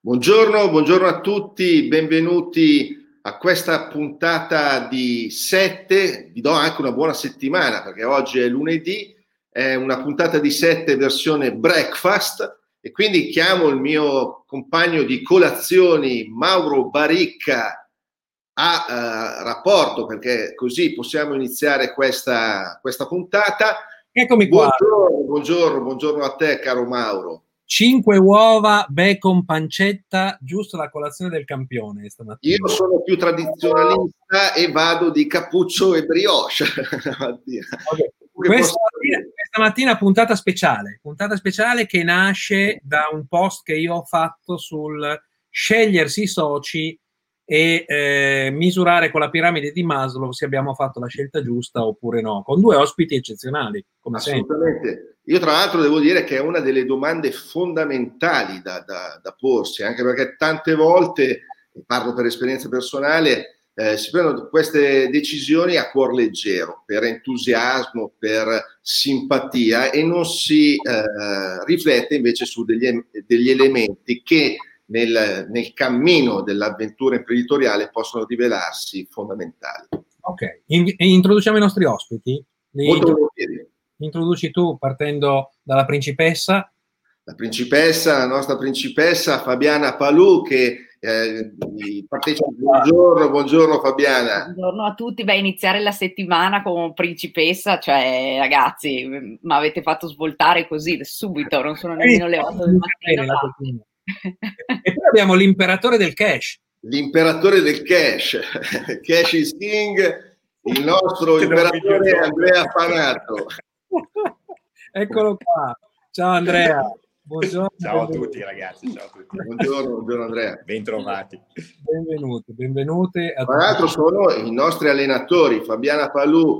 Buongiorno a tutti, benvenuti a questa puntata di 7. Vi do anche una buona settimana perché oggi è lunedì, è una puntata di 7 versione breakfast e quindi chiamo il mio compagno di colazioni Mauro Baricca a rapporto, perché così possiamo iniziare questa puntata. Eccomi qua. Buongiorno a te, caro Mauro. 5 uova, bacon, pancetta, giusto la colazione del campione stamattina. Io sono più tradizionalista e vado di cappuccio e brioche. Okay. Questa mattina puntata speciale che nasce da un post che io ho fatto sul scegliersi i soci e misurare con la piramide di Maslow se abbiamo fatto la scelta giusta oppure no, con due ospiti eccezionali, come Assolutamente. sempre. Io tra l'altro devo dire che è una delle domande fondamentali da porsi, anche perché tante volte, parlo per esperienza personale, si prendono queste decisioni a cuor leggero, per entusiasmo, per simpatia e non si riflette invece su degli elementi che nel cammino dell'avventura imprenditoriale possono rivelarsi fondamentali. Ok, introduciamo i nostri ospiti. Molto volentieri. Introduci tu partendo dalla principessa. La nostra principessa Fabiana Palù che partecipa. Buongiorno Fabiana. Buongiorno a tutti. Iniziare la settimana con principessa, cioè ragazzi, mi avete fatto svoltare così subito, non sono nemmeno le 8 del mattino. E poi abbiamo l'imperatore del cash. L'imperatore del cash, Cash is King, il nostro imperatore Andrea Panato. Eccolo qua. Ciao Andrea. Buongiorno. Ciao a tutti ragazzi, ciao a tutti. Buongiorno Andrea. Bentrovati. Benvenuti. Tra l'altro sono i nostri allenatori, Fabiana Palù,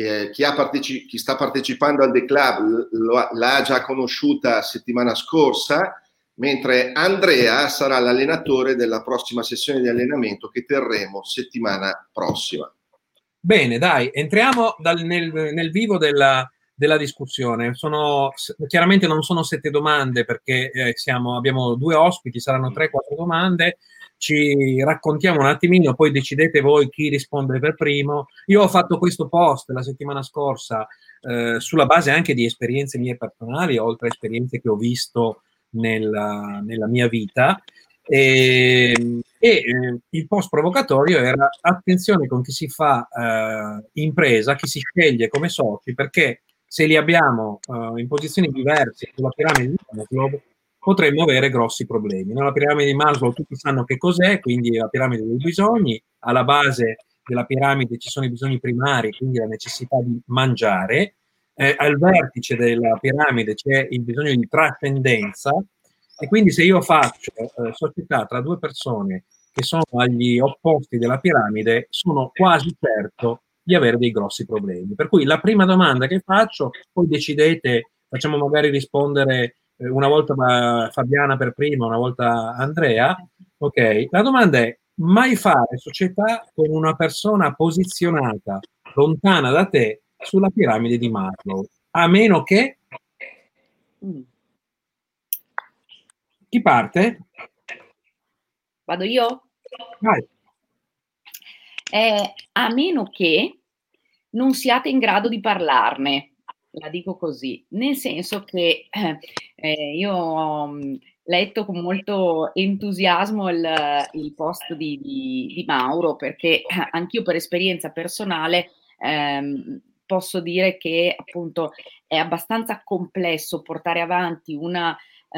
chi sta partecipando al The Club l'ha già conosciuta settimana scorsa, mentre Andrea sarà l'allenatore della prossima sessione di allenamento che terremo settimana prossima. Bene, dai, entriamo nel vivo della discussione. Chiaramente non sono 7 domande perché abbiamo 2 ospiti, saranno 3-4 domande. Ci raccontiamo un attimino, poi decidete voi chi risponde per primo. Io ho fatto questo post la settimana scorsa sulla base anche di esperienze mie personali, oltre a esperienze che ho visto nella mia vita. Il post provocatorio era: attenzione con chi si fa impresa, chi si sceglie come soci, perché se li abbiamo in posizioni diverse sulla piramide di Maslow potremmo avere grossi problemi. Nella piramide di Maslow tutti sanno che cos'è, quindi la piramide dei bisogni. Alla base della piramide ci sono i bisogni primari, quindi la necessità di mangiare. Al vertice della piramide c'è il bisogno di trascendenza, e quindi se io faccio società tra 2 persone che sono agli opposti della piramide, sono quasi certo di avere dei grossi problemi. Per cui la prima domanda che faccio, poi decidete, facciamo magari rispondere una volta Fabiana per prima, una volta Andrea. Ok, la domanda è: mai fare società con una persona posizionata lontana da te sulla piramide di Maslow, a meno che... Chi parte? Vado io? Vai. A meno che non siate in grado di parlarne, la dico così, nel senso che io ho letto con molto entusiasmo il post di Mauro, perché anch'io per esperienza personale posso dire che appunto è abbastanza complesso portare avanti una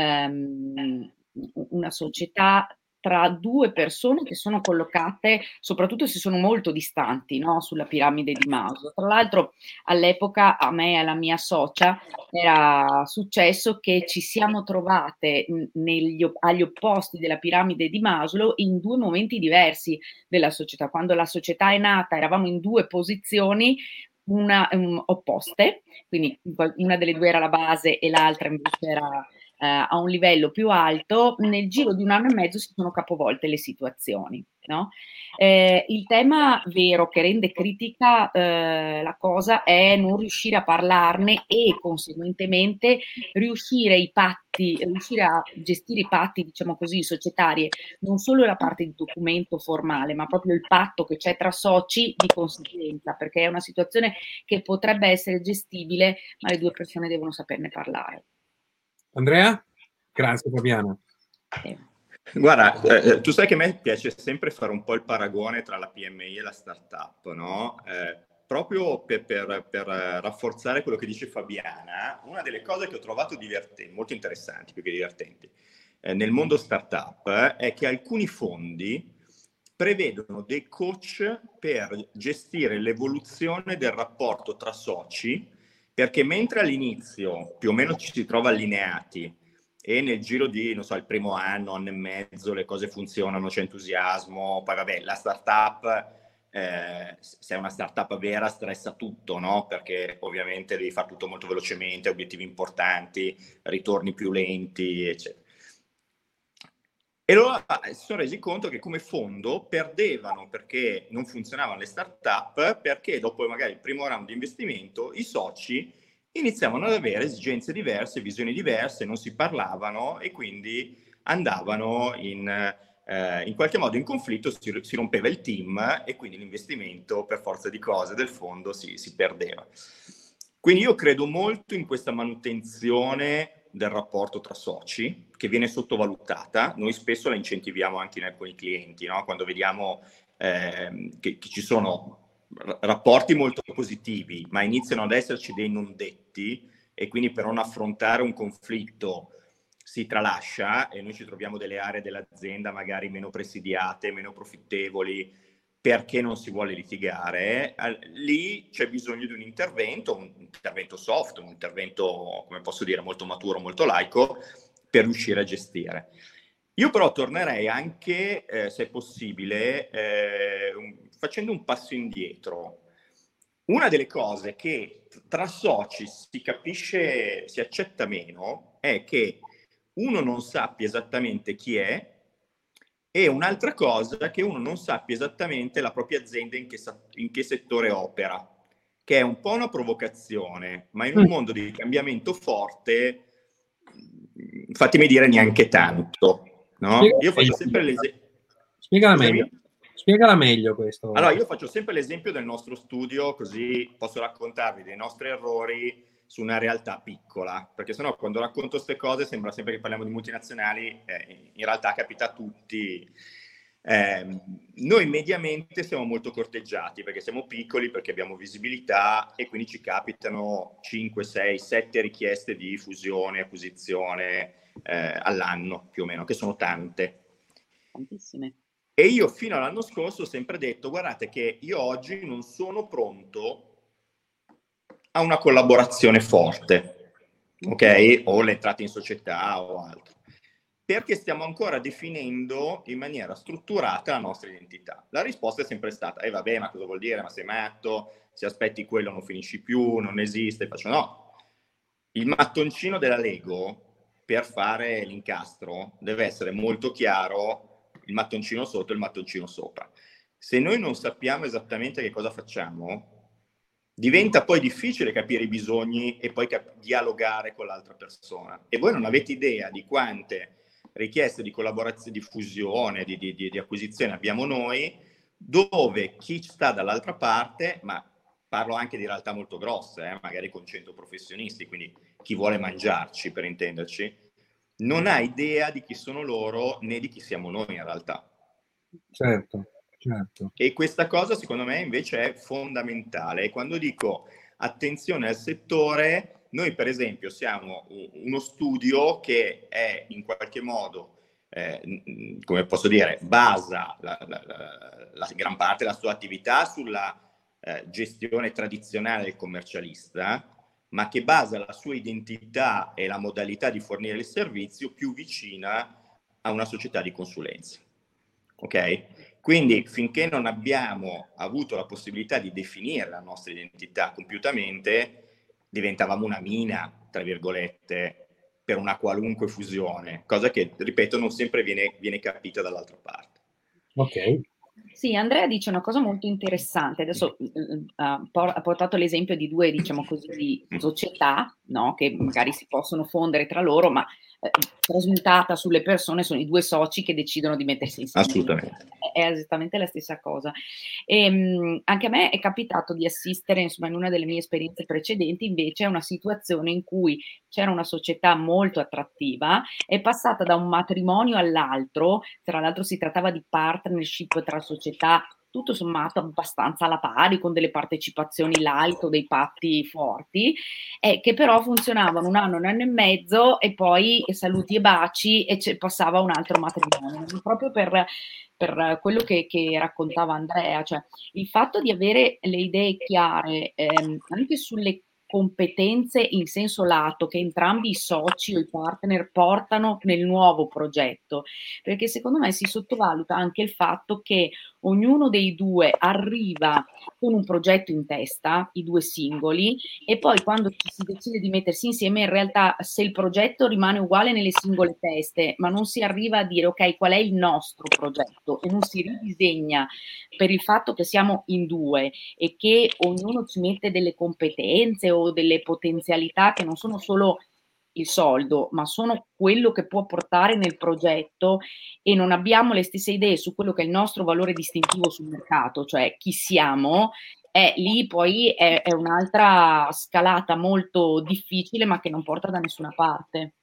società tra 2 persone che sono collocate, soprattutto se sono molto distanti, no? Sulla piramide di Maslow. Tra l'altro all'epoca a me e alla mia socia era successo che ci siamo trovate agli opposti della piramide di Maslow in 2 momenti diversi della società. Quando la società è nata eravamo in 2 posizioni opposte, quindi una delle 2 era la base e l'altra invece era a un livello più alto, nel giro di 1 anno e mezzo si sono capovolte le situazioni, no? Il tema vero che rende critica la cosa è non riuscire a parlarne e conseguentemente riuscire a gestire i patti, diciamo così, societari, non solo la parte di documento formale, ma proprio il patto che c'è tra soci di conseguenza, perché è una situazione che potrebbe essere gestibile, ma le 2 persone devono saperne parlare. Andrea? Grazie Fabiana. Guarda, tu sai che a me piace sempre fare un po' il paragone tra la PMI e la startup, no? Proprio per rafforzare quello che dice Fabiana, una delle cose che ho trovato divertenti, molto interessanti, più che divertenti, nel mondo startup è che alcuni fondi prevedono dei coach per gestire l'evoluzione del rapporto tra soci, perché mentre all'inizio più o meno ci si trova allineati e nel giro di, non so, il primo anno e mezzo le cose funzionano, c'è entusiasmo, poi vabbè, la startup, se è una startup vera, stressa tutto, no? Perché ovviamente devi fare tutto molto velocemente, obiettivi importanti, ritorni più lenti, eccetera. E allora si sono resi conto che come fondo perdevano perché non funzionavano le startup, perché dopo magari il primo round di investimento i soci iniziavano ad avere esigenze diverse, visioni diverse, non si parlavano e quindi andavano in qualche modo in conflitto, si rompeva il team e quindi l'investimento per forza di cose del fondo si perdeva. Quindi io credo molto in questa manutenzione del rapporto tra soci, che viene sottovalutata. Noi spesso la incentiviamo anche in alcuni clienti, no? Quando vediamo che ci sono rapporti molto positivi, ma iniziano ad esserci dei non detti e quindi per non affrontare un conflitto si tralascia e noi ci troviamo delle aree dell'azienda magari meno presidiate, meno profittevoli, perché non si vuole litigare, lì c'è bisogno di un intervento soft, un intervento, come posso dire, molto maturo, molto laico, per riuscire a gestire. Io però tornerei anche, se è possibile, facendo un passo indietro. Una delle cose che tra soci si capisce, si accetta meno, è che uno non sappia esattamente chi è, e un'altra cosa è che uno non sappia esattamente la propria azienda in che settore opera, che è un po' una provocazione, ma in un mondo di cambiamento forte, fatemi dire, neanche tanto. No? Io faccio sempre l'esempio. Spiegala meglio questo. Allora, io faccio sempre l'esempio del nostro studio, così posso raccontarvi dei nostri errori su una realtà piccola, perché sennò quando racconto queste cose sembra sempre che parliamo di multinazionali, in realtà capita a tutti. Noi mediamente siamo molto corteggiati perché siamo piccoli, perché abbiamo visibilità e quindi ci capitano 5, 6, 7 richieste di fusione, acquisizione all'anno più o meno, che sono tante. Tantissime. E io fino all'anno scorso ho sempre detto, guardate che io oggi non sono pronto a una collaborazione forte, ok? O l'entrata in società o altro, perché stiamo ancora definendo in maniera strutturata la nostra identità. La risposta è sempre stata, vabbè, ma cosa vuol dire? Ma sei matto? Se aspetti quello non finisci più, non esiste. Faccio no. Il mattoncino della Lego, per fare l'incastro, deve essere molto chiaro, il mattoncino sotto e il mattoncino sopra. Se noi non sappiamo esattamente che cosa facciamo, diventa poi difficile capire i bisogni e poi dialogare con l'altra persona. E voi non avete idea di quante richieste di collaborazione, di fusione, di acquisizione abbiamo noi, dove chi sta dall'altra parte, ma parlo anche di realtà molto grosse, magari con 100 professionisti, quindi chi vuole mangiarci, per intenderci, non ha idea di chi sono loro né di chi siamo noi in realtà. Certo. E questa cosa secondo me invece è fondamentale. E quando dico attenzione al settore, noi per esempio siamo uno studio che è in qualche modo, come posso dire, basa la gran parte della sua attività sulla gestione tradizionale del commercialista, ma che basa la sua identità e la modalità di fornire il servizio più vicina a una società di consulenza. Ok? Quindi finché non abbiamo avuto la possibilità di definire la nostra identità compiutamente, diventavamo una mina, tra virgolette, per una qualunque fusione, cosa che, ripeto, non sempre viene capita dall'altra parte. Ok. Sì, Andrea dice una cosa molto interessante. Adesso ha portato l'esempio di due, diciamo così, società, no? Che magari si possono fondere tra loro, ma trasmutata sulle persone sono i due soci che decidono di mettersi insieme. Assolutamente. È esattamente la stessa cosa. Anche a me è capitato di assistere, insomma, in una delle mie esperienze precedenti, invece, a una situazione in cui c'era una società molto attrattiva, è passata da un matrimonio all'altro, tra l'altro si trattava di partnership tra società tutto sommato abbastanza alla pari, con delle partecipazioni light o dei patti forti, che però funzionavano un anno e mezzo e poi saluti e baci e passava un altro matrimonio, proprio per quello che raccontava Andrea, cioè il fatto di avere le idee chiare anche sulle competenze in senso lato che entrambi i soci o i partner portano nel nuovo progetto, perché secondo me si sottovaluta anche il fatto che ognuno dei due arriva con un progetto in testa, i due singoli, e poi quando ci si decide di mettersi insieme, in realtà se il progetto rimane uguale nelle singole teste, ma non si arriva a dire ok, qual è il nostro progetto e non si ridisegna per il fatto che siamo in due e che ognuno ci mette delle competenze o delle potenzialità che non sono solo il soldo, ma sono quello che può portare nel progetto e non abbiamo le stesse idee su quello che è il nostro valore distintivo sul mercato, cioè chi siamo, lì poi è un'altra scalata molto difficile, ma che non porta da nessuna parte.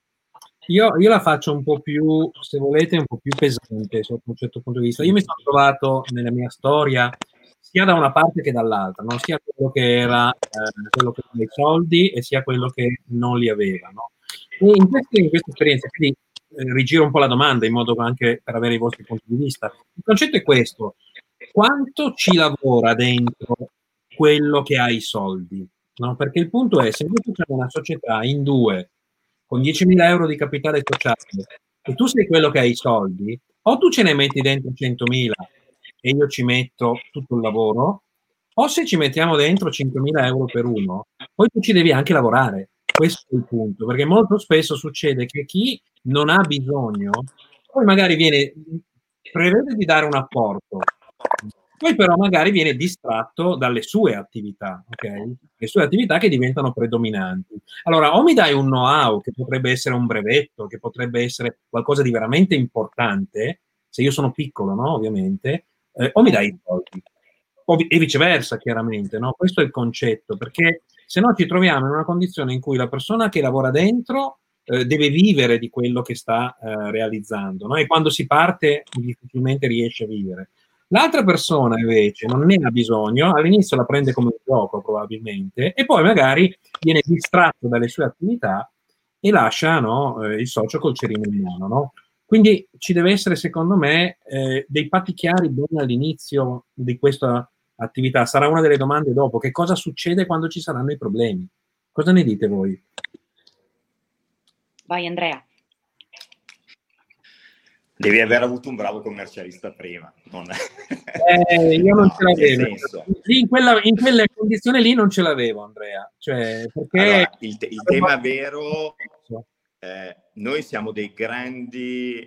Io la faccio un po' più, se volete, un po' più pesante sotto un certo punto di vista. Io mi sono trovato nella mia storia sia da una parte che dall'altra, no? Sia quello che era quello che aveva i soldi e sia quello che non li aveva, no? E in questa esperienza, quindi rigiro un po' la domanda in modo anche per avere i vostri punti di vista. Il concetto è questo: quanto ci lavora dentro quello che ha i soldi? No? Perché il punto è, se noi facciamo una società in due con 10.000 euro di capitale sociale e tu sei quello che ha i soldi, o tu ce ne metti dentro 100.000 e io ci metto tutto il lavoro, o se ci mettiamo dentro 5.000 euro per uno, poi tu ci devi anche lavorare. Questo è il punto, perché molto spesso succede che chi non ha bisogno, poi magari prevede di dare un apporto, poi però magari viene distratto dalle sue attività, ok? Le sue attività che diventano predominanti. Allora, o mi dai un know-how che potrebbe essere un brevetto, che potrebbe essere qualcosa di veramente importante, se io sono piccolo, no? Ovviamente, o mi dai i soldi. E viceversa, chiaramente, no? Questo è il concetto, perché se no ci troviamo in una condizione in cui la persona che lavora dentro deve vivere di quello che sta realizzando, no? E quando si parte difficilmente riesce a vivere. L'altra persona invece non ne ha bisogno, all'inizio la prende come un gioco probabilmente e poi magari viene distratto dalle sue attività e lascia, no, il socio col cerino in mano, no? Quindi ci deve essere, secondo me, dei patti chiari ben all'inizio di questa attività. Sarà una delle domande dopo. Che cosa succede quando ci saranno i problemi? Cosa ne dite voi? Vai Andrea. Devi aver avuto un bravo commercialista prima. Io non ce l'avevo. Senso. In quelle condizioni lì non ce l'avevo, Andrea. Cioè, perché allora, il tema vero, noi siamo dei grandi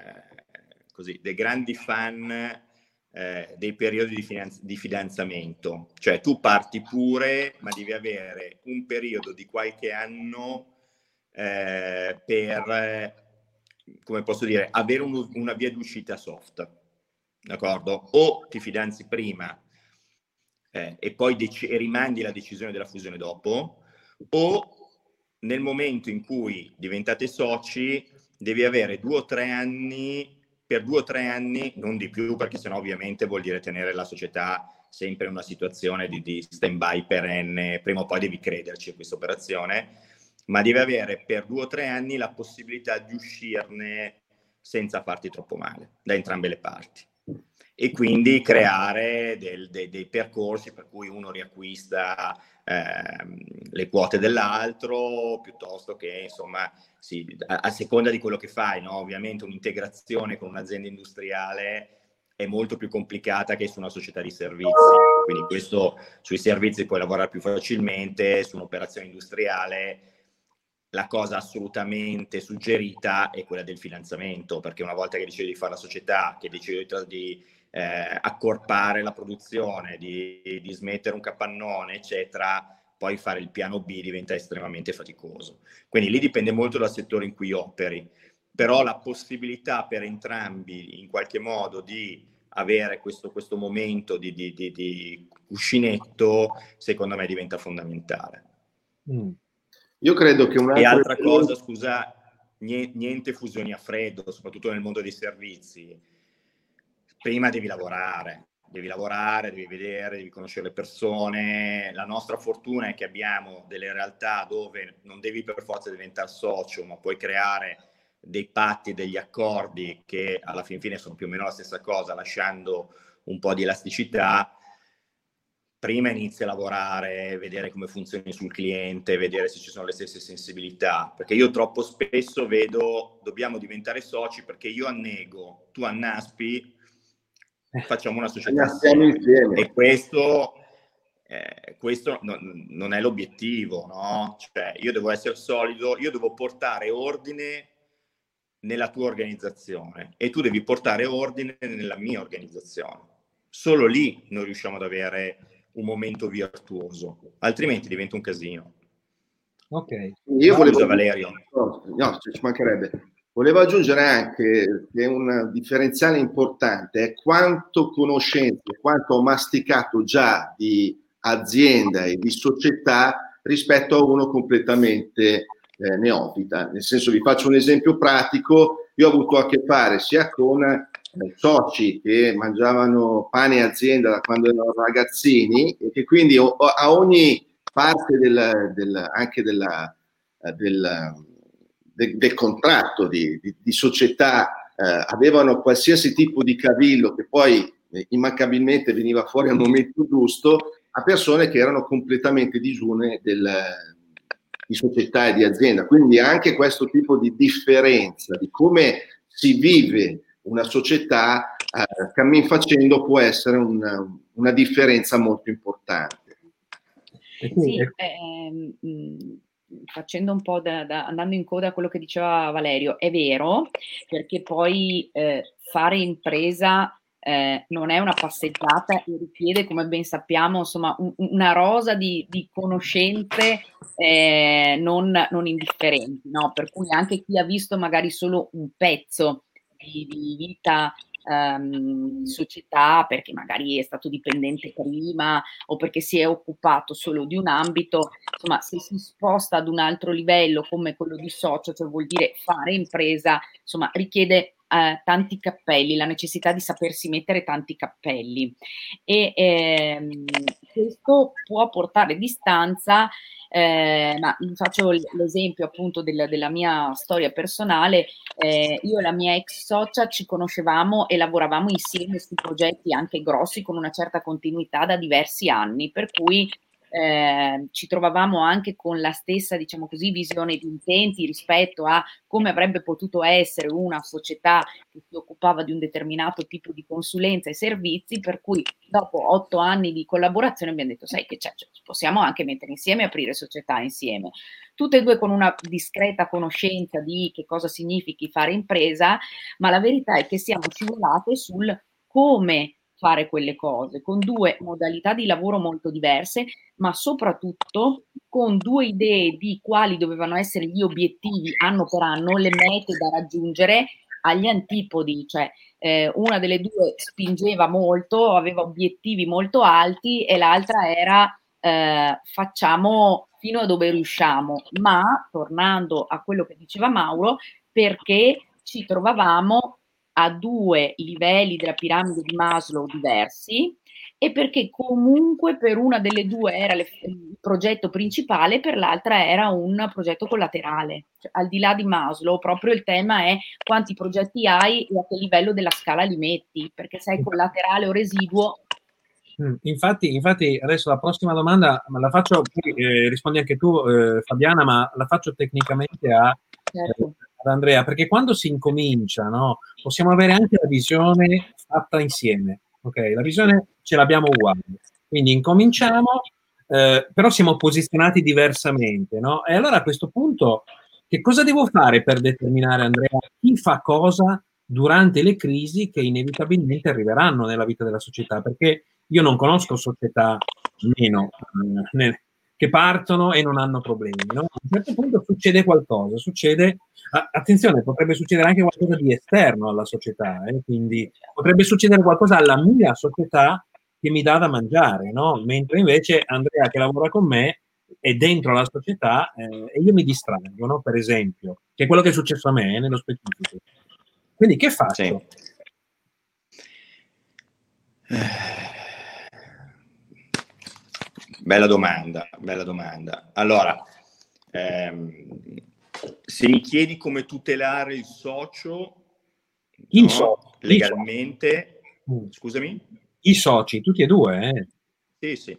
fan dei periodi di fidanzamento. Cioè tu parti pure, ma devi avere un periodo di qualche anno per, come posso dire, avere una via d'uscita soft, d'accordo? O ti fidanzi prima e poi rimandi la decisione della fusione dopo, o nel momento in cui diventate soci devi avere 2 o 3 anni, per 2 o 3 anni, non di più, perché sennò ovviamente vuol dire tenere la società sempre in una situazione di stand-by perenne, prima o poi devi crederci a questa operazione, ma devi avere per 2 o 3 anni la possibilità di uscirne senza farti troppo male, da entrambe le parti. E quindi creare dei percorsi per cui uno riacquista le quote dell'altro, piuttosto che, insomma, a seconda di quello che fai, no? Ovviamente un'integrazione con un'azienda industriale è molto più complicata che su una società di servizi, quindi questo sui servizi puoi lavorare più facilmente, su un'operazione industriale la cosa assolutamente suggerita è quella del finanziamento, perché una volta che decidi di fare la società, che decidi di accorpare la produzione, di smettere un capannone, eccetera, poi fare il piano B diventa estremamente faticoso. Quindi lì dipende molto dal settore in cui operi, però la possibilità per entrambi in qualche modo di avere questo momento di cuscinetto, secondo me diventa fondamentale. Io credo che E altra cosa, scusa, niente fusioni a freddo, soprattutto nel mondo dei servizi. Prima devi lavorare, devi vedere, devi conoscere le persone. La nostra fortuna è che abbiamo delle realtà dove non devi per forza diventare socio, ma puoi creare dei patti, degli accordi che alla fine sono più o meno la stessa cosa, lasciando un po' di elasticità. Prima inizi a lavorare, vedere come funzioni sul cliente, vedere se ci sono le stesse sensibilità, perché io troppo spesso vedo dobbiamo diventare soci perché io annego, tu annaspi, facciamo una società insieme. E questo non è l'obiettivo, no? Cioè, io devo essere solido, io devo portare ordine nella tua organizzazione e tu devi portare ordine nella mia organizzazione. Solo lì noi riusciamo ad avere un momento virtuoso, altrimenti diventa un casino. Ok. Io volevo, Valerio. No, ci mancherebbe. Volevo aggiungere anche che un differenziale importante è quanto conoscenze, quanto ho masticato già di azienda e di società rispetto a uno completamente neofita. Nel senso, vi faccio un esempio pratico: io ho avuto a che fare sia con soci che mangiavano pane e azienda da quando erano ragazzini e che quindi a ogni parte anche del contratto di società avevano qualsiasi tipo di cavillo che poi immancabilmente veniva fuori al momento giusto, a persone che erano completamente disgiune di società e di azienda. Quindi anche questo tipo di differenza di come si vive una società, cammin facendo, può essere una differenza molto importante. Sì, facendo un po' andando in coda a quello che diceva Valerio, è vero, perché poi fare impresa non è una passeggiata e richiede, come ben sappiamo, insomma, una rosa di conoscenze non indifferenti, no? Per cui anche chi ha visto magari solo un pezzo di vita società, perché magari è stato dipendente prima o perché si è occupato solo di un ambito, insomma, se si sposta ad un altro livello come quello di socio, cioè vuol dire fare impresa, insomma, richiede tanti cappelli, la necessità di sapersi mettere tanti cappelli e questo può portare distanza. Ma faccio l'esempio appunto della mia storia personale. Io e la mia ex socia ci conoscevamo e lavoravamo insieme su progetti anche grossi con una certa continuità da diversi anni, per cui ci trovavamo anche con la stessa, diciamo così, visione di intenti rispetto a come avrebbe potuto essere una società che si occupava di un determinato tipo di consulenza e servizi, per cui dopo 8 anni di collaborazione abbiamo detto, sai che c'è, cioè, possiamo anche mettere insieme e aprire società insieme. Tutte e due con una discreta conoscenza di che cosa significhi fare impresa, ma la verità è che siamo scivolate sul come fare quelle cose, con due modalità di lavoro molto diverse, ma soprattutto con due idee di quali dovevano essere gli obiettivi anno per anno, le mete da raggiungere agli antipodi, cioè una delle due spingeva molto, aveva obiettivi molto alti e l'altra era facciamo fino a dove riusciamo, ma tornando a quello che diceva Mauro, perché ci trovavamo a due livelli della piramide di Maslow diversi e perché comunque per una delle due era il progetto principale, per l'altra era un progetto collaterale. Cioè, al di là di Maslow, proprio il tema è quanti progetti hai e a che livello della scala li metti, perché sei collaterale o residuo. Infatti, adesso la prossima domanda la faccio, rispondi anche tu Fabiana, ma la faccio tecnicamente Certo. ad Andrea, perché quando si incomincia, no, possiamo avere anche la visione fatta insieme, ok? La visione ce l'abbiamo uguale, quindi incominciamo, però siamo posizionati diversamente, no? E allora a questo punto Che cosa devo fare per determinare, Andrea, chi fa cosa durante le crisi che inevitabilmente arriveranno nella vita della società? Perché io non conosco società meno che partono e non hanno problemi, no? A un certo punto succede qualcosa, attenzione, potrebbe succedere anche qualcosa di esterno alla società, quindi potrebbe succedere qualcosa alla mia società che mi dà da mangiare, no? Mentre invece Andrea che lavora con me è dentro la società e io mi distraggo, no? Per esempio, che è quello che è successo a me nello specifico. Quindi che faccio? Sì. Bella domanda. Allora, se mi chiedi come tutelare il socio, legalmente, scusami? I soci, tutti e due, Sì.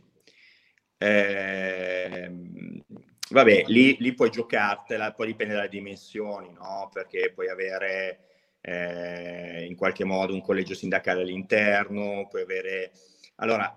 Vabbè, lì puoi giocartela, poi dipende dalle dimensioni, no? Perché puoi avere in qualche modo un collegio sindacale all'interno, puoi avere... Allora,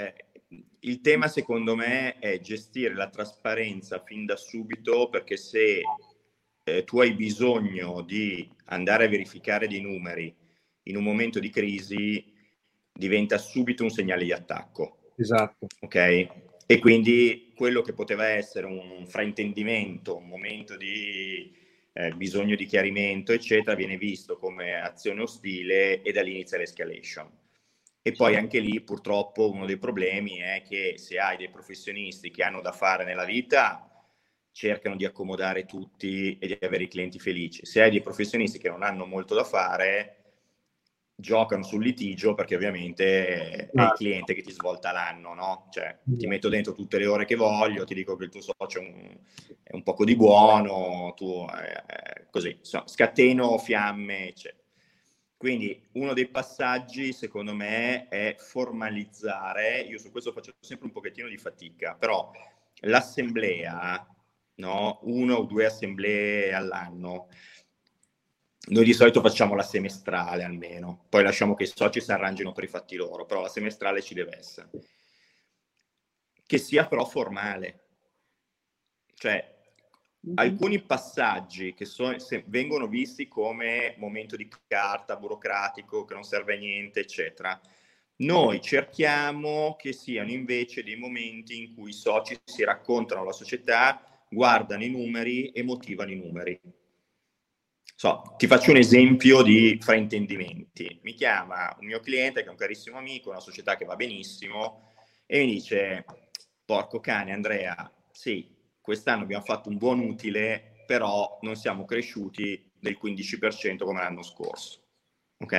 il tema secondo me è gestire la trasparenza fin da subito, perché se tu hai bisogno di andare a verificare dei numeri in un momento di crisi, diventa subito un segnale di attacco. Esatto. Ok? E quindi quello che poteva essere un fraintendimento, un momento di bisogno di chiarimento, eccetera, viene visto come azione ostile e da lì inizia l'escalation. E poi anche lì purtroppo uno dei problemi è che se hai dei professionisti che hanno da fare nella vita, cercano di accomodare tutti e di avere i clienti felici. Se hai dei professionisti che non hanno molto da fare, giocano sul litigio, perché ovviamente è il cliente che ti svolta l'anno, no? Cioè, ti metto dentro tutte le ore che voglio, ti dico che il tuo socio è un poco di buono, tu così, insomma, scateno fiamme, eccetera. Quindi uno dei passaggi, secondo me, è formalizzare, io su questo faccio sempre un pochettino di fatica, però l'assemblea, no? 1 o 2 assemblee all'anno, noi di solito facciamo la semestrale almeno, poi lasciamo che i soci si arrangino per i fatti loro, però la semestrale ci deve essere. Che sia però formale. Cioè, alcuni passaggi che vengono visti come momento di carta, burocratico, che non serve a niente, eccetera, noi cerchiamo che siano invece dei momenti in cui i soci si raccontano la società, guardano i numeri e motivano i numeri. Ti faccio un esempio di fraintendimenti. Mi chiama un mio cliente che è un carissimo amico, una società che va benissimo, e mi dice: porco cane Andrea, sì, quest'anno abbiamo fatto un buon utile, però non siamo cresciuti del 15% come l'anno scorso. Ok?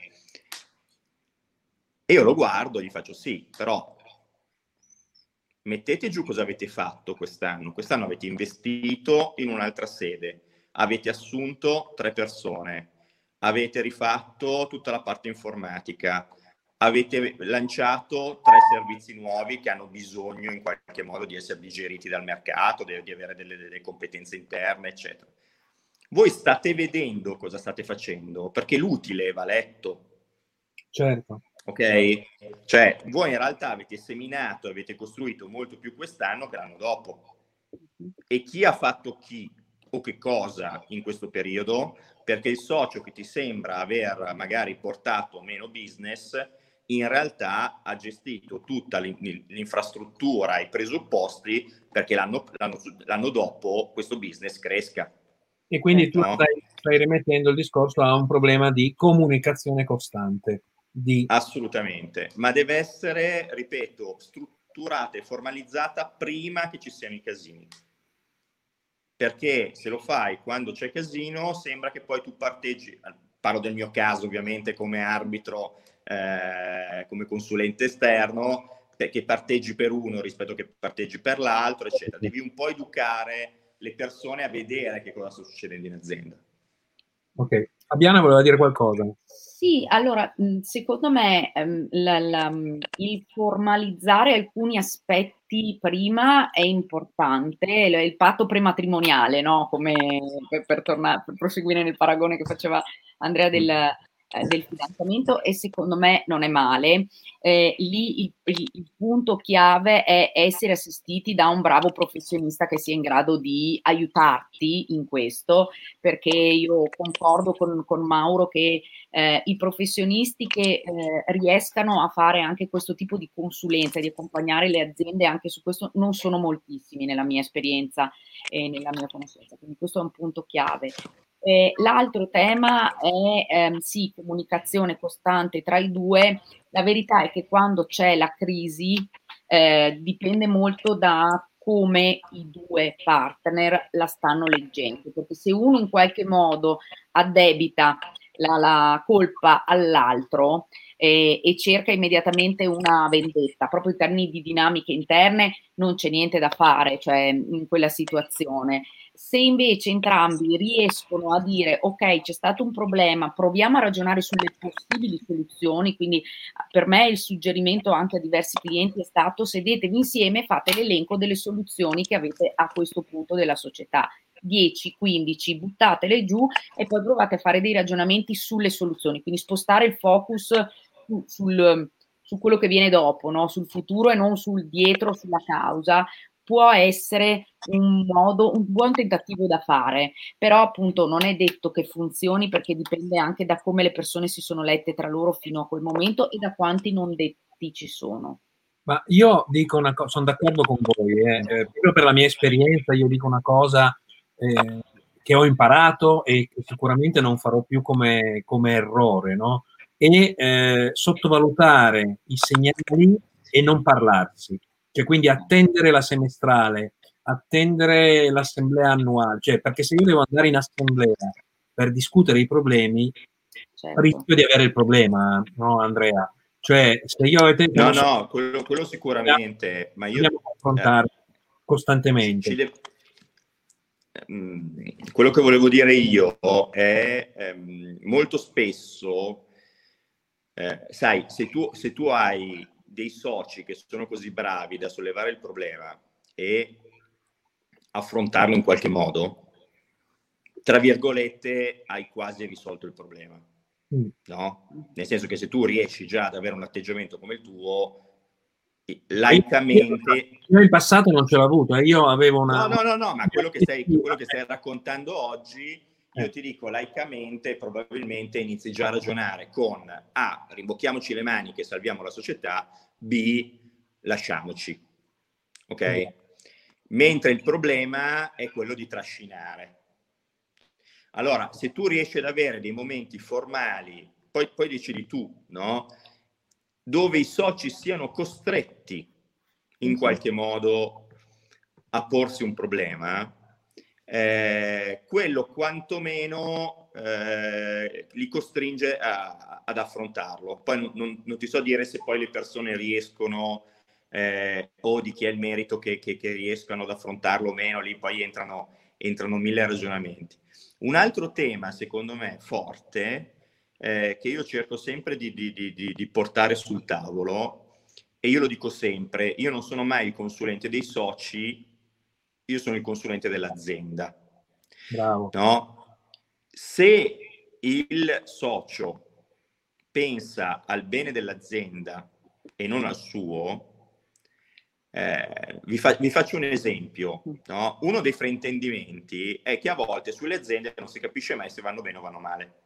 E io lo guardo e gli faccio: sì, però mettete giù cosa avete fatto quest'anno. Quest'anno avete investito in un'altra sede, avete assunto 3 persone, avete rifatto tutta la parte informatica, avete lanciato 3 servizi nuovi che hanno bisogno in qualche modo di essere digeriti dal mercato, di avere delle competenze interne, eccetera. Voi state vedendo cosa state facendo, perché l'utile va letto. Certo. Ok? Cioè, voi in realtà avete seminato, avete costruito molto più quest'anno che l'anno dopo. E chi ha fatto chi o che cosa in questo periodo? Perché il socio che ti sembra aver magari portato meno business, in realtà ha gestito tutta l'infrastruttura, i presupposti perché l'anno dopo questo business cresca. E quindi tu stai rimettendo il discorso a un problema di comunicazione costante. Assolutamente, ma deve essere, ripeto, strutturata e formalizzata prima che ci siano i casini. Perché se lo fai quando c'è casino, sembra che poi tu parteggi, parlo del mio caso ovviamente come arbitro, come consulente esterno, che parteggi per uno rispetto che parteggi per l'altro, eccetera. Devi un po' educare le persone a vedere che cosa sta succedendo in azienda. Ok, Fabiana voleva dire qualcosa. Sì, allora, secondo me il formalizzare alcuni aspetti prima è importante, il patto prematrimoniale, no? Come per proseguire nel paragone che faceva Andrea del fidanzamento, e secondo me non è male. Lì il punto chiave è essere assistiti da un bravo professionista che sia in grado di aiutarti in questo, perché io concordo con Mauro che i professionisti che riescano a fare anche questo tipo di consulenza, di accompagnare le aziende anche su questo, non sono moltissimi nella mia esperienza e nella mia conoscenza, quindi questo è un punto chiave. L'altro tema è sì, comunicazione costante tra i due. La verità è che quando c'è la crisi dipende molto da come i due partner la stanno leggendo, perché se uno in qualche modo addebita la colpa all'altro e cerca immediatamente una vendetta, proprio in termini di dinamiche interne non c'è niente da fare, cioè in quella situazione. Se invece entrambi riescono a dire ok, c'è stato un problema, proviamo a ragionare sulle possibili soluzioni, quindi per me il suggerimento anche a diversi clienti è stato: sedetevi insieme e fate l'elenco delle soluzioni che avete a questo punto della società. 10, 15, buttatele giù e poi provate a fare dei ragionamenti sulle soluzioni, quindi spostare il focus su quello che viene dopo, no? Sul futuro e non sul dietro, sulla causa. Può essere un modo, un buon tentativo da fare, però appunto non è detto che funzioni, perché dipende anche da come le persone si sono lette tra loro fino a quel momento e da quanti non detti ci sono. Ma io dico una cosa, sono d'accordo con voi, proprio per la mia esperienza io dico una cosa che ho imparato e che sicuramente non farò più come errore, no? E sottovalutare i segnali e non parlarsi, cioè quindi attendere la semestrale, attendere l'assemblea annuale, cioè perché se io devo andare in assemblea per discutere i problemi, Certo. rischio di avere il problema, no Andrea? Cioè, se io e te no, quello sicuramente, ma io dobbiamo confrontare costantemente. Quello che volevo dire io è molto spesso, sai, se tu hai dei soci che sono così bravi da sollevare il problema e affrontarlo in qualche modo, tra virgolette, hai quasi risolto il problema. No? Nel senso che se tu riesci già ad avere un atteggiamento come il tuo, laicamente... Io in passato non ce l'ho avuto, io avevo una... No, ma quello che stai raccontando oggi, io ti dico, laicamente, probabilmente inizi già a ragionare con A, rimbocchiamoci le maniche, salviamo la società, B, lasciamoci. Ok? Mentre il problema è quello di trascinare. Allora, se tu riesci ad avere dei momenti formali, poi decidi tu, no? Dove i soci siano costretti in qualche modo a porsi un problema, quello quantomeno li costringe ad affrontarlo. Poi non ti so dire se poi le persone riescono o di chi è il merito che riescano ad affrontarlo o meno, lì poi entrano mille ragionamenti. Un altro tema, secondo me, forte, che io cerco sempre di portare sul tavolo, e io lo dico sempre, io non sono mai il consulente dei soci, io sono il consulente dell'azienda. Bravo. No? Se il socio pensa al bene dell'azienda e non al suo, vi faccio un esempio, no? Uno dei fraintendimenti è che a volte sulle aziende non si capisce mai se vanno bene o vanno male.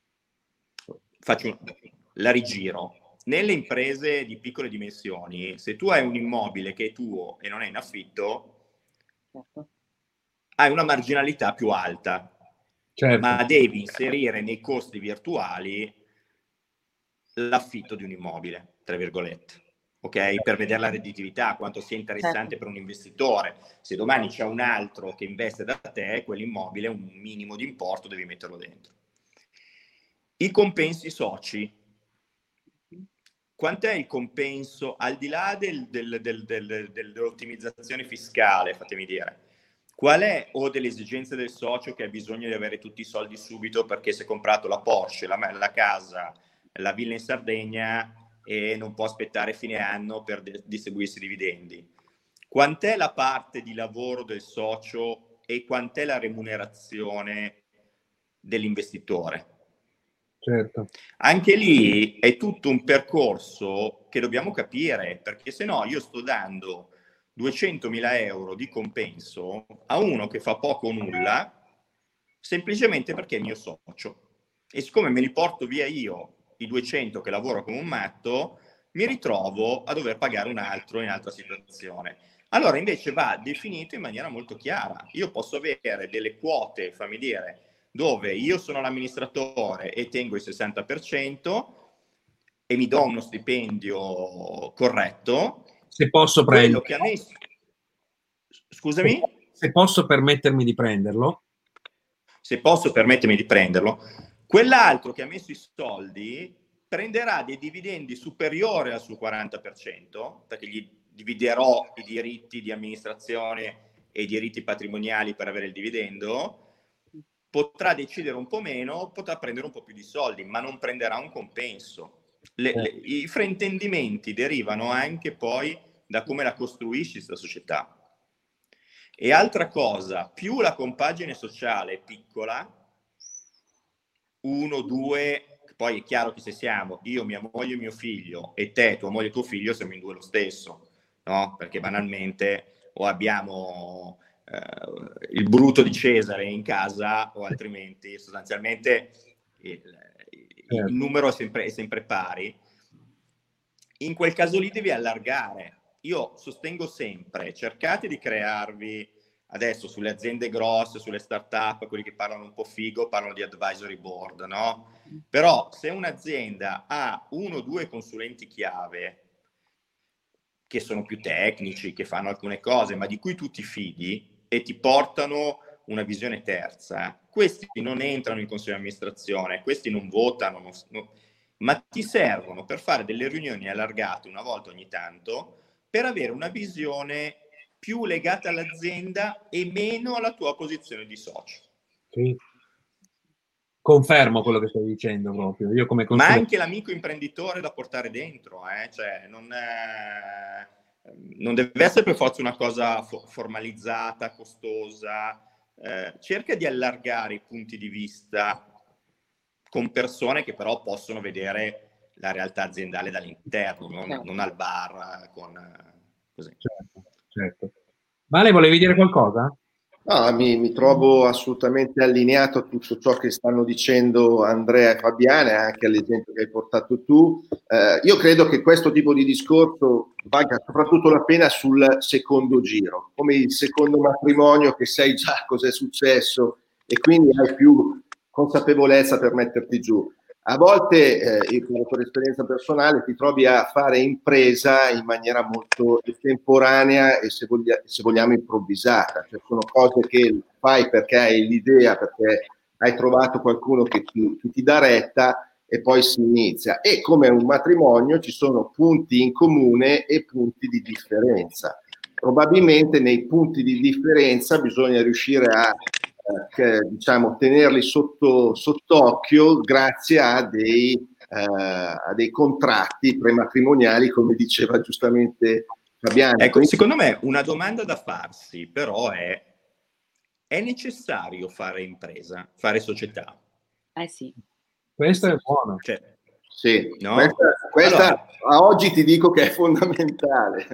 La rigiro. Nelle imprese di piccole dimensioni, se tu hai un immobile che è tuo e non è in affitto, hai una marginalità più alta, certo, ma devi inserire nei costi virtuali l'affitto di un immobile, tra virgolette. Ok? Per vedere la redditività, quanto sia interessante per un investitore. Se domani c'è un altro che investe da te, quell'immobile, un minimo di importo devi metterlo dentro. I compensi soci. Quant'è il compenso, al di là dell'ottimizzazione fiscale, fatemi dire, qual è, o delle esigenze del socio che ha bisogno di avere tutti i soldi subito perché si è comprato la Porsche, la casa, la villa in Sardegna e non può aspettare fine anno per distribuirsi i dividendi? Quant'è la parte di lavoro del socio e quant'è la remunerazione dell'investitore? Certo. Anche lì è tutto un percorso che dobbiamo capire, perché se no io sto dando 200.000 euro di compenso a uno che fa poco o nulla, semplicemente perché è mio socio. E siccome me li porto via io, i 200 che lavoro come un matto, mi ritrovo a dover pagare un altro in altra situazione. Allora invece va definito in maniera molto chiara. Io posso avere delle quote, fammi dire, dove io sono l'amministratore e tengo il 60% e mi do uno stipendio corretto. Se posso Quello prenderlo. che a me... Scusami? Se posso permettermi di prenderlo. Se posso permettermi di prenderlo. Quell'altro che ha messo i soldi prenderà dei dividendi superiori al suo 40%, perché gli dividerò i diritti di amministrazione e i diritti patrimoniali per avere il dividendo, potrà decidere un po' meno, potrà prendere un po' più di soldi, ma non prenderà un compenso. I fraintendimenti derivano anche poi da come la costruisci questa società. E altra cosa, più la compagine sociale è piccola, 1, 2, poi è chiaro che se siamo io, mia moglie e mio figlio e te, tua moglie e tuo figlio, siamo in 2 lo stesso, no? Perché banalmente o abbiamo il bruto di Cesare in casa o altrimenti sostanzialmente il numero è sempre pari. In quel caso lì devi allargare. Io sostengo sempre, cercate di crearvi, adesso sulle aziende grosse, sulle start-up, quelli che parlano un po' figo, parlano di advisory board, no? Però se un'azienda ha 1 o 2 consulenti chiave, che sono più tecnici, che fanno alcune cose, ma di cui tu ti fidi e ti portano una visione terza, questi non entrano in consiglio di amministrazione, questi non votano, ma ti servono per fare delle riunioni allargate una volta ogni tanto per avere una visione più legata all'azienda e meno alla tua posizione di socio. Sì. Confermo quello che stai dicendo proprio. Io come Ma anche l'amico imprenditore da portare dentro, cioè non deve essere per forza una cosa formalizzata, costosa. Cerca di allargare i punti di vista con persone che però possono vedere la realtà aziendale dall'interno, non al bar così. Certo. Vale, volevi dire qualcosa? No, mi trovo assolutamente allineato a tutto ciò che stanno dicendo Andrea e Fabiana, e anche all'esempio che hai portato tu. Io credo che questo tipo di discorso valga soprattutto la pena sul secondo giro, come il secondo matrimonio, che sai già cos'è successo e quindi hai più consapevolezza per metterti giù. A volte, io per esperienza personale, ti trovi a fare impresa in maniera molto estemporanea e se vogliamo improvvisata, cioè sono cose che fai perché hai l'idea, perché hai trovato qualcuno che ti dà retta e poi si inizia. E come un matrimonio ci sono punti in comune e punti di differenza. Probabilmente nei punti di differenza bisogna riuscire a diciamo, tenerli sott'occhio grazie a dei contratti prematrimoniali, come diceva giustamente Fabiano. Ecco, secondo me una domanda da farsi però è necessario fare impresa, fare società? Sì. Questo è buono. Cioè, sì, no? questa Allora, a oggi ti dico che è fondamentale.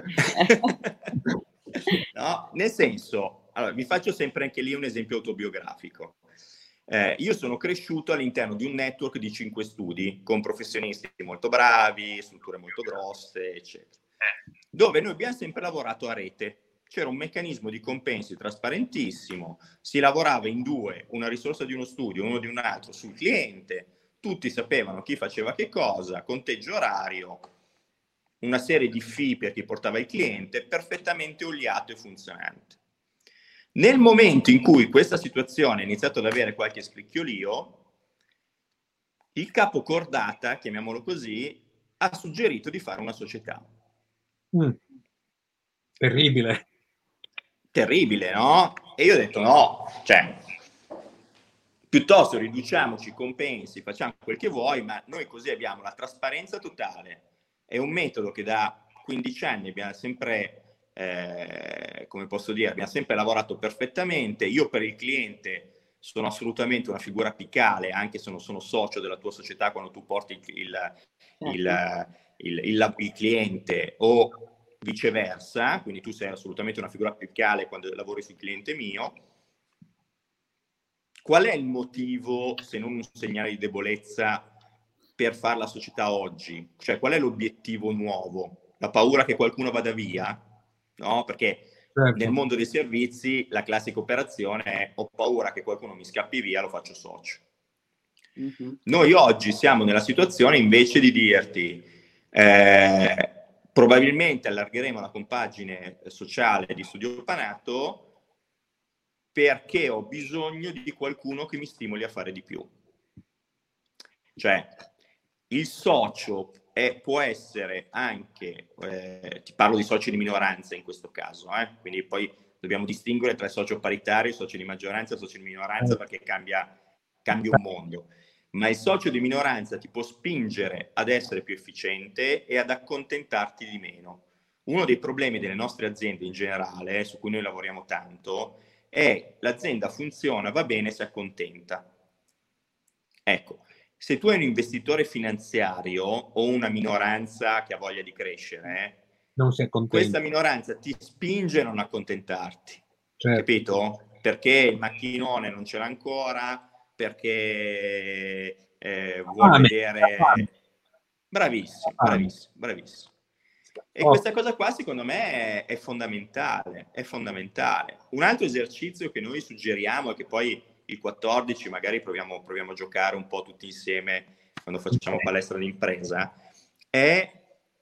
No, nel senso, allora, vi faccio sempre anche lì un esempio autobiografico. Io sono cresciuto all'interno di un network di 5 studi con professionisti molto bravi, strutture molto grosse, eccetera, dove noi abbiamo sempre lavorato a rete. C'era un meccanismo di compensi trasparentissimo, si lavorava in 2, una risorsa di uno studio, uno di un altro, sul cliente, tutti sapevano chi faceva che cosa, conteggio orario, una serie di fee per chi portava il cliente, perfettamente oliato e funzionante. Nel momento in cui questa situazione ha iniziato ad avere qualche scricchiolio, il capo cordata, chiamiamolo così, ha suggerito di fare una società. Terribile. Terribile, no? E io ho detto no, cioè, piuttosto riduciamoci i compensi, facciamo quel che vuoi, ma noi così abbiamo la trasparenza totale. È un metodo che da 15 anni abbiamo sempre, come posso dire, abbiamo sempre lavorato perfettamente. Io per il cliente sono assolutamente una figura apicale, anche se non sono socio della tua società quando tu porti il cliente o viceversa, quindi tu sei assolutamente una figura apicale quando lavori sul cliente mio. Qual è il motivo, se non un segnale di debolezza, per fare la società oggi? Cioè, qual è l'obiettivo nuovo? La paura che qualcuno vada via? No, perché nel mondo dei servizi la classica operazione è: ho paura che qualcuno mi scappi via, lo faccio socio. Noi oggi siamo nella situazione invece di dirti probabilmente allargheremo la compagine sociale di Studio Panato perché ho bisogno di qualcuno che mi stimoli a fare di più. Cioè, il socio può essere anche, ti parlo di soci di minoranza in questo caso, quindi poi dobbiamo distinguere tra socio paritario, socio di maggioranza e socio di minoranza, perché cambia un mondo. Ma il socio di minoranza ti può spingere ad essere più efficiente e ad accontentarti di meno. Uno dei problemi delle nostre aziende in generale, su cui noi lavoriamo tanto, è: l'azienda funziona, va bene, si accontenta. Ecco, se tu hai un investitore finanziario o una minoranza che ha voglia di crescere, non si accontenta. Questa minoranza ti spinge a non accontentarti, capito? Perché il macchinone non ce l'ha ancora, perché vuole vedere... Bravissimo. E questa cosa qua secondo me è fondamentale, Un altro esercizio che noi suggeriamo, e che poi il 14 magari proviamo a giocare un po' tutti insieme quando facciamo palestra d'impresa, è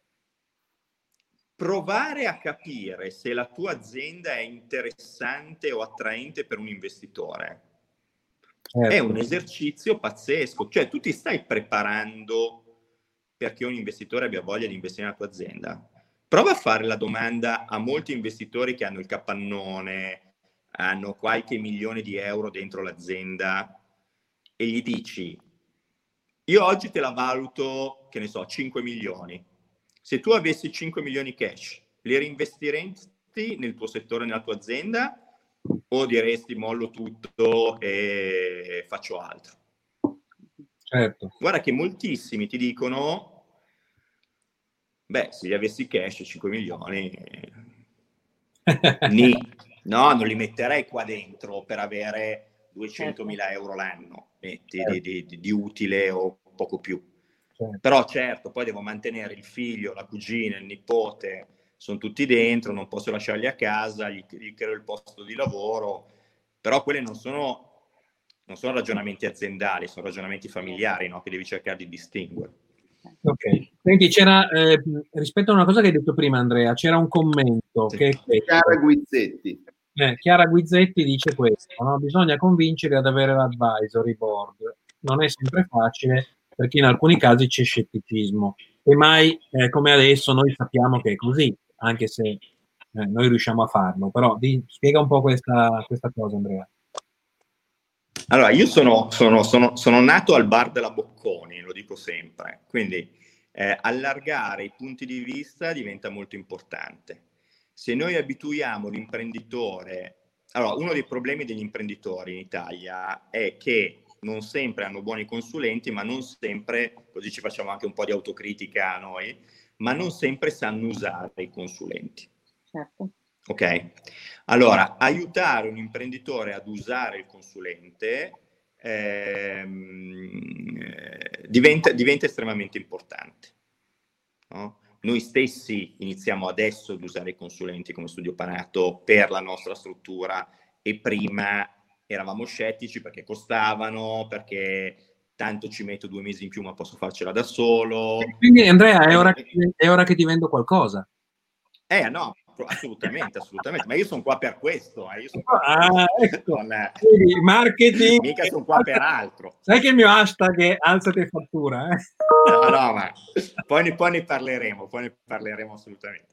provare a capire se la tua azienda è interessante o attraente per un investitore. È un esercizio pazzesco, cioè tu ti stai preparando perché un investitore abbia voglia di investire nella tua azienda. Prova a fare la domanda a molti investitori che hanno il capannone, hanno qualche milione di euro dentro l'azienda, e gli dici: io oggi te la valuto, che ne so, 5 milioni. Se tu avessi 5 milioni cash, li reinvestiresti nel tuo settore, nella tua azienda, o diresti mollo tutto e faccio altro? Certo. Guarda che moltissimi ti dicono: beh, se gli avessi cash 5 milioni, no, non li metterei qua dentro per avere 200.000 euro l'anno di utile o poco più. Però certo, poi devo mantenere il figlio, la cugina, il nipote, sono tutti dentro, non posso lasciarli a casa, gli creo il posto di lavoro. Però quelli non sono ragionamenti aziendali, sono ragionamenti familiari, no? Che devi cercare di distinguere. Ok, senti, c'era rispetto a una cosa che hai detto prima, Andrea, c'era un commento che è Chiara Guizzetti. Chiara Guizzetti dice questo, no? Bisogna convincere ad avere l'advisory board, non è sempre facile perché in alcuni casi c'è scetticismo e mai come adesso noi sappiamo che è così, anche se noi riusciamo a farlo, però spiega un po' questa cosa, Andrea. Allora, io sono nato al bar della Bocconi, lo dico sempre, quindi allargare i punti di vista diventa molto importante. Se noi abituiamo l'imprenditore... Allora, uno dei problemi degli imprenditori in Italia è che non sempre hanno buoni consulenti, ma non sempre, così ci facciamo anche un po' di autocritica a noi, ma non sempre sanno usare i consulenti. Certo. Ok? Allora, aiutare un imprenditore ad usare il consulente diventa estremamente importante, no? Noi stessi iniziamo adesso ad usare i consulenti come Studio Panato per la nostra struttura, e prima eravamo scettici perché costavano, perché tanto ci metto 2 mesi in più ma posso farcela da solo. Quindi Andrea, è ora che ti vendo qualcosa. No, assolutamente, ma io sono qua per questo. Ecco. Marketing. Mica sono qua per altro. Sai che il mio hashtag è alzate fattura, No, ma poi ne parleremo assolutamente.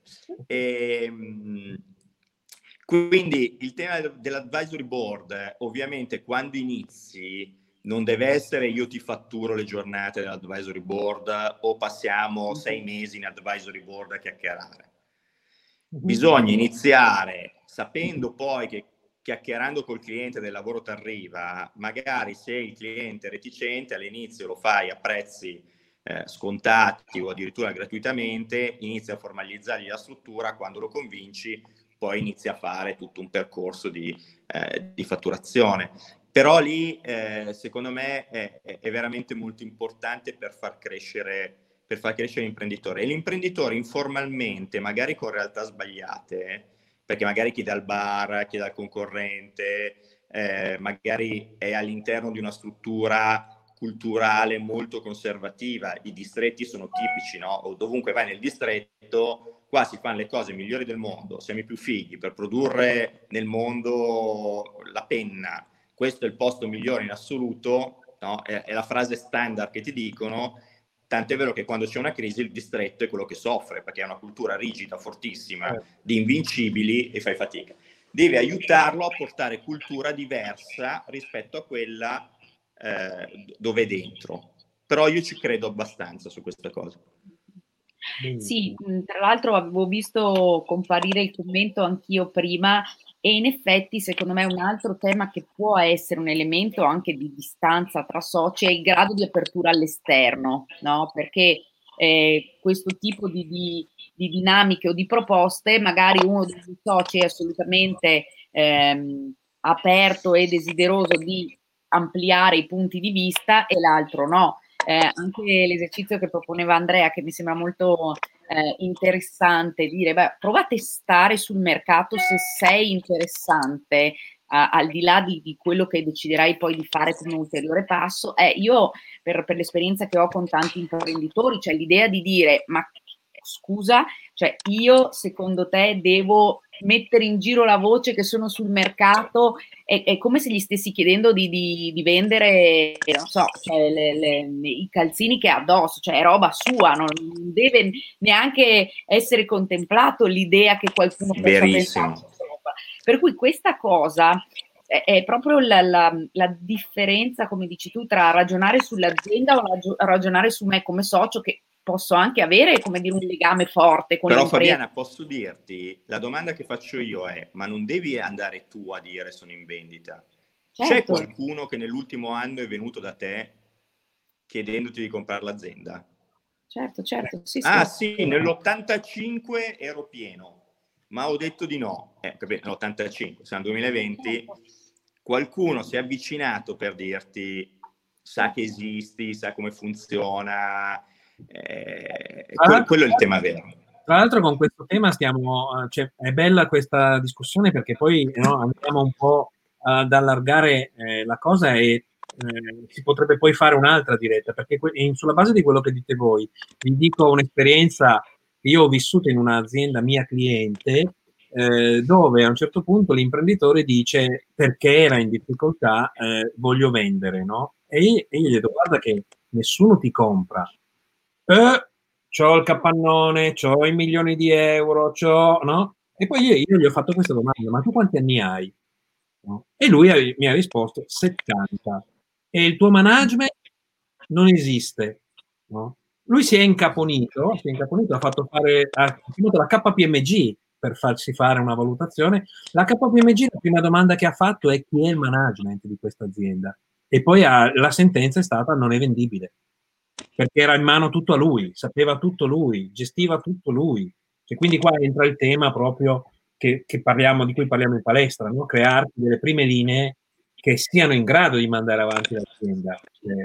Quindi il tema dell'advisory board, ovviamente quando inizi non deve essere io ti fatturo le giornate dell'advisory board o passiamo 6 mesi in advisory board a chiacchierare. Bisogna iniziare sapendo poi che chiacchierando col cliente del lavoro ti arriva, magari se il cliente è reticente all'inizio lo fai a prezzi scontati o addirittura gratuitamente, inizi a formalizzargli la struttura, quando lo convinci poi inizi a fare tutto un percorso di fatturazione. Però lì secondo me è veramente molto importante per far crescere l'imprenditore. E l'imprenditore informalmente, magari con realtà sbagliate, perché magari chiede al bar, chiede al concorrente, magari è all'interno di una struttura culturale molto conservativa. I distretti sono tipici, no? O dovunque vai nel distretto, qua si fanno le cose migliori del mondo, siamo i più fighi per produrre nel mondo la penna, questo è il posto migliore in assoluto, no? È la frase standard che ti dicono, tant'è vero che quando c'è una crisi il distretto è quello che soffre, perché è una cultura rigida, fortissima, di invincibili, e fai fatica. Devi aiutarlo a portare cultura diversa rispetto a quella dove è dentro. Però io ci credo abbastanza su questa cosa. Sì, tra l'altro avevo visto comparire il commento anch'io prima, e in effetti secondo me un altro tema che può essere un elemento anche di distanza tra soci è il grado di apertura all'esterno, no? Perché questo tipo di dinamiche o di proposte, magari uno dei soci è assolutamente aperto e desideroso di ampliare i punti di vista e l'altro no. Anche l'esercizio che proponeva Andrea, che mi sembra molto interessante, dire beh, prova a testare sul mercato se sei interessante, al di là di quello che deciderai poi di fare come ulteriore passo. Io per l'esperienza che ho con tanti imprenditori, cioè l'idea di dire ma scusa, cioè io secondo te devo mettere in giro la voce che sono sul mercato, è come se gli stessi chiedendo di vendere, non so, cioè i calzini che ha addosso, cioè è roba sua, non deve neanche essere contemplato l'idea che qualcuno possa pensare. Per cui questa cosa è proprio la differenza, come dici tu, tra ragionare sull'azienda o ragionare su me come socio, che posso anche avere, come dire, un legame forte con l'impresa. l'impresa. Però Fabiana, posso dirti, la domanda che faccio io è, ma non devi andare tu a dire sono in vendita? Certo. C'è qualcuno che nell'ultimo anno è venuto da te chiedendoti di comprare l'azienda? Certo, sì. Sì, nell'85 ero pieno, ma ho detto di no. Nell'85, siamo nel 2020, qualcuno si è avvicinato per dirti, sa che esisti, sa come funziona, quello è il tema vero. Tra l'altro con questo tema cioè, è bella questa discussione, perché poi andiamo un po' ad allargare la cosa, e si potrebbe poi fare un'altra diretta, perché sulla base di quello che dite voi, vi dico un'esperienza che io ho vissuto in un'azienda mia cliente, dove a un certo punto l'imprenditore dice, perché era in difficoltà, voglio vendere, no? E io gli ho detto, guarda che nessuno ti compra. C'ho il capannone, c'ho i milioni di euro, no? E poi io gli ho fatto questa domanda, ma tu quanti anni hai? No? E lui mi ha risposto 70. E il tuo management non esiste, no? Lui si è incaponito, ha fatto la KPMG per farsi fare una valutazione. La KPMG, la prima domanda che ha fatto è: chi è il management di questa azienda? E poi la sentenza è stata: non è vendibile, perché era in mano tutto a lui, sapeva tutto lui, gestiva tutto lui. E quindi qua entra il tema proprio di cui parliamo in palestra, no? Crearti delle prime linee che siano in grado di mandare avanti l'azienda,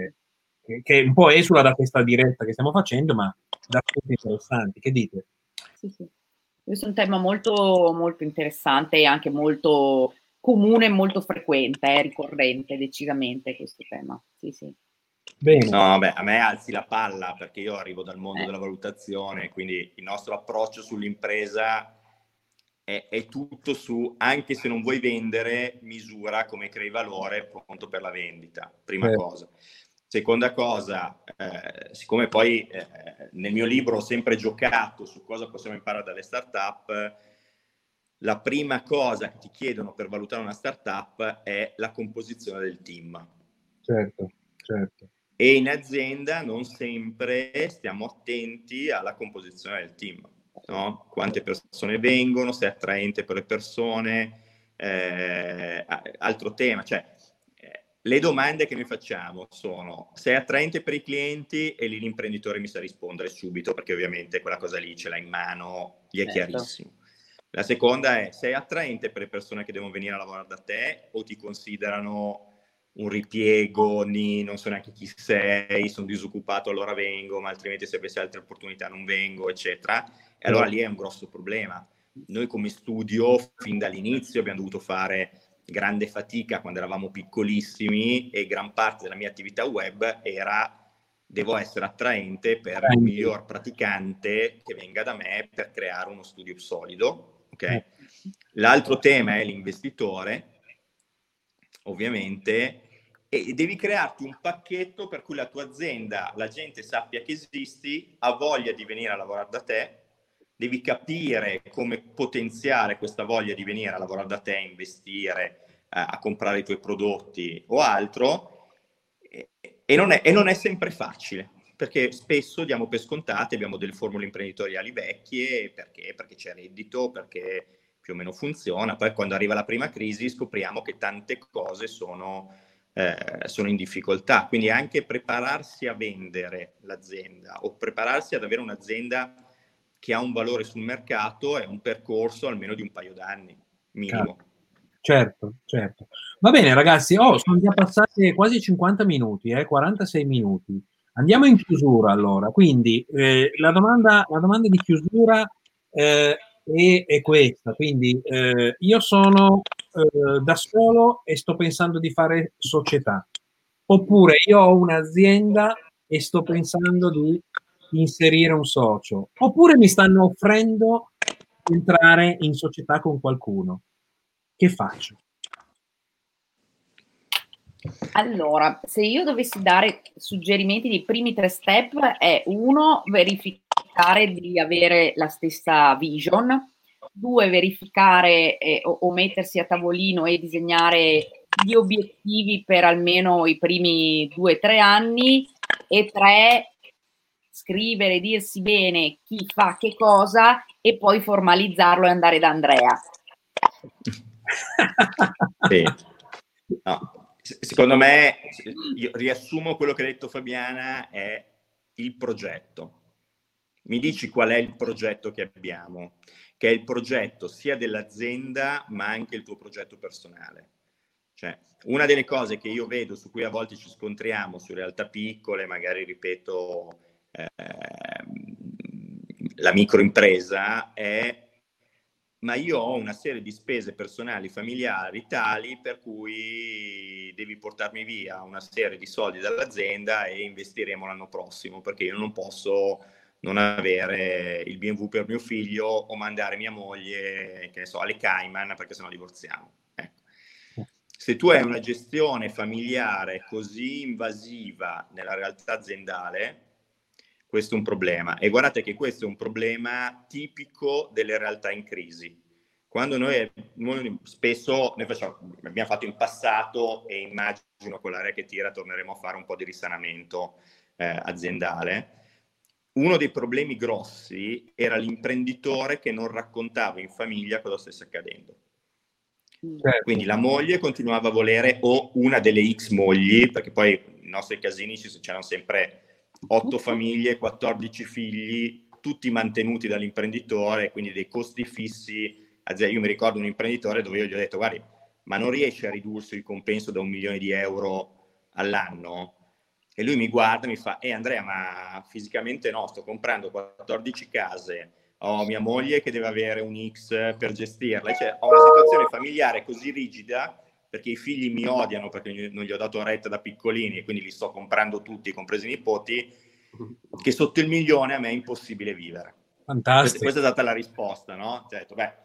che un po' esula da questa diretta che stiamo facendo, ma da punti interessanti. Che dite? Sì. Questo è un tema molto, molto interessante e anche molto comune, molto frequente, ricorrente decisamente questo tema. Sì. Bene. No, vabbè, a me alzi la palla, perché io arrivo dal mondo della valutazione, quindi il nostro approccio sull'impresa è tutto su, anche se non vuoi vendere, misura come crei valore pronto per la vendita, prima cosa. Seconda cosa, siccome poi nel mio libro ho sempre giocato su cosa possiamo imparare dalle startup, la prima cosa che ti chiedono per valutare una startup è la composizione del team. Certo. E in azienda non sempre stiamo attenti alla composizione del team, no? Quante persone vengono, se è attraente per le persone, altro tema, cioè le domande che noi facciamo sono: sei attraente per i clienti? E lì l'imprenditore mi sa rispondere subito, perché ovviamente quella cosa lì ce l'ha in mano, gli è chiarissimo. La seconda è: sei attraente per le persone che devono venire a lavorare da te, o ti considerano un ripiego, non so neanche chi sei, sono disoccupato allora vengo, ma altrimenti se avessi altre opportunità non vengo, eccetera. E allora lì è un grosso problema. Noi come studio fin dall'inizio abbiamo dovuto fare grande fatica quando eravamo piccolissimi, e gran parte della mia attività web era: devo essere attraente per il miglior praticante che venga da me per creare uno studio solido. Okay? L'altro tema è l'investitore, ovviamente, e devi crearti un pacchetto per cui la tua azienda, la gente sappia che esisti, ha voglia di venire a lavorare da te, devi capire come potenziare questa voglia di venire a lavorare da te, investire, a comprare i tuoi prodotti o altro, e non è sempre facile, perché spesso diamo per scontate, abbiamo delle formule imprenditoriali vecchie, perché c'è reddito, perché più o meno funziona. Poi quando arriva la prima crisi scopriamo che tante cose sono in difficoltà, quindi anche prepararsi a vendere l'azienda o prepararsi ad avere un'azienda che ha un valore sul mercato è un percorso almeno di un paio d'anni, minimo. Certo. Va bene ragazzi, sono già passati quasi 50 minuti, 46 minuti. Andiamo in chiusura allora, quindi la domanda di chiusura è questa, quindi io sono da solo e sto pensando di fare società, oppure io ho un'azienda e sto pensando di inserire un socio, oppure mi stanno offrendo di entrare in società con qualcuno. Che faccio? Allora, se io dovessi dare suggerimenti dei primi 3 step, è 1, verificare di avere la stessa vision, 2, verificare o mettersi a tavolino e disegnare gli obiettivi per almeno i primi 2-3 anni, e 3, scrivere, dirsi bene chi fa che cosa e poi formalizzarlo e andare da Andrea. Sì. No. Secondo me, io riassumo quello che ha detto Fabiana, è il progetto. Mi dici qual è il progetto che abbiamo? Che è il progetto sia dell'azienda ma anche il tuo progetto personale. Cioè, una delle cose che io vedo, su cui a volte ci scontriamo su realtà piccole, magari ripeto la microimpresa, è: ma io ho una serie di spese personali, familiari, tali per cui devi portarmi via una serie di soldi dall'azienda e investiremo l'anno prossimo, perché io non posso non avere il BMW per mio figlio o mandare mia moglie, che ne so, alle Cayman, perché sennò divorziamo. Ecco. Se tu hai una gestione familiare così invasiva nella realtà aziendale, questo è un problema. E guardate che questo è un problema tipico delle realtà in crisi. Quando noi spesso abbiamo fatto in passato, e immagino con l'area che tira torneremo a fare un po' di risanamento aziendale, uno dei problemi grossi era l'imprenditore che non raccontava in famiglia cosa stesse accadendo. Certo. Quindi la moglie continuava a volere, o una delle X mogli, perché poi i nostri casini c'erano sempre 8 famiglie, 14 figli, tutti mantenuti dall'imprenditore, quindi dei costi fissi. Io mi ricordo un imprenditore dove io gli ho detto: guardi, ma non riesce a ridursi il compenso da 1 milione di euro all'anno? E lui mi guarda e mi fa: Andrea, ma fisicamente no, sto comprando 14 case, ho mia moglie che deve avere un X per gestirla, cioè ho una situazione familiare così rigida, perché i figli mi odiano perché non gli ho dato retta da piccolini e quindi li sto comprando tutti, compresi i nipoti, che sotto il 1 milione a me è impossibile vivere. Fantastico. Questa è stata la risposta, no? Cioè,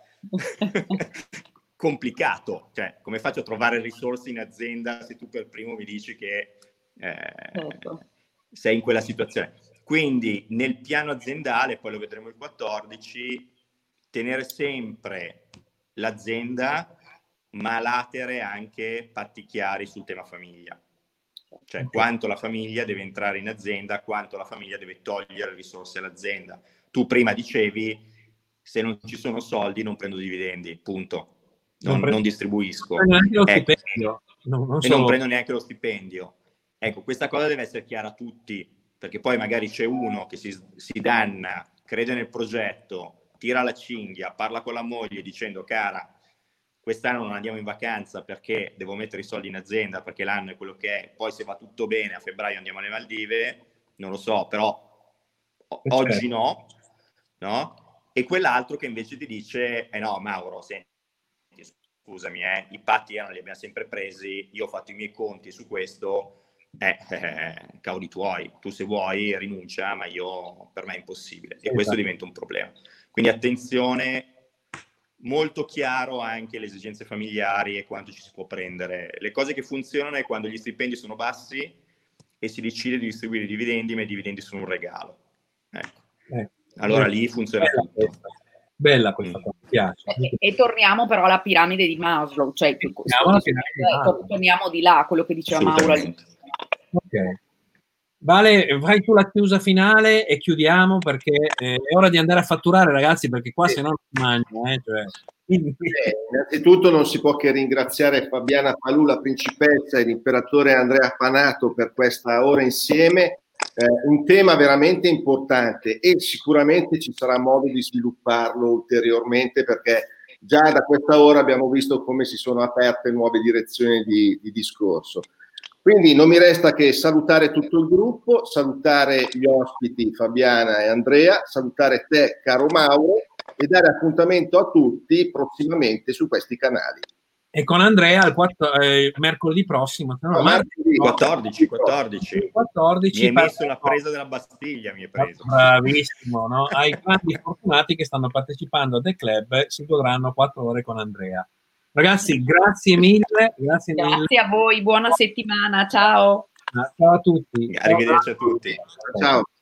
complicato, cioè come faccio a trovare risorse in azienda se tu per primo mi dici che sei in quella situazione? Quindi nel piano aziendale, poi lo vedremo il 14, tenere sempre l'azienda, ma latere anche patti chiari sul tema famiglia. Cioè quanto la famiglia deve entrare in azienda, quanto la famiglia deve togliere risorse all'azienda. Tu prima dicevi: se non ci sono soldi non prendo dividendi, punto. non distribuisco. Non neanche lo stipendio. Non prendo neanche lo stipendio. Ecco, questa cosa deve essere chiara a tutti, perché poi magari c'è uno che si danna, crede nel progetto, tira la cinghia, parla con la moglie dicendo: cara, quest'anno non andiamo in vacanza perché devo mettere i soldi in azienda, perché l'anno è quello che è, poi se va tutto bene a febbraio andiamo alle Maldive, non lo so, però oggi no? E quell'altro che invece ti dice: no Mauro, senti, scusami, i patti li abbiamo sempre presi, io ho fatto i miei conti su questo, cavoli tuoi, tu se vuoi rinuncia, ma per me è impossibile, e questo diventa un problema. Quindi attenzione, molto chiaro anche le esigenze familiari e quanto ci si può prendere. Le cose che funzionano è quando gli stipendi sono bassi e si decide di distribuire i dividendi, ma i dividendi sono un regalo. Ecco. Allora lì funziona tutto. Bella questa cosa, mi piace. E torniamo però alla piramide di Maslow, cioè torniamo di là, quello che diceva Mauro. Ok. Vale, vai tu la chiusa finale e chiudiamo, perché è ora di andare a fatturare, ragazzi, perché qua se no non si mangia. Innanzitutto non si può che ringraziare Fabiana Palù, la principessa, e l'imperatore Andrea Panato per questa ora insieme. Un tema veramente importante, e sicuramente ci sarà modo di svilupparlo ulteriormente, perché già da questa ora abbiamo visto come si sono aperte nuove direzioni di discorso. Quindi non mi resta che salutare tutto il gruppo, salutare gli ospiti Fabiana e Andrea, salutare te caro Mauro e dare appuntamento a tutti prossimamente su questi canali. E con Andrea mercoledì prossimo, martedì 14. Mi hai messo la presa della Bastiglia, mi hai preso. Bravissimo, no? Ai grandi fortunati che stanno partecipando a The Club si godranno 4 ore con Andrea. Ragazzi, grazie mille. Grazie a voi, buona settimana, ciao. Ciao a tutti. Arrivederci a tutti. Ciao.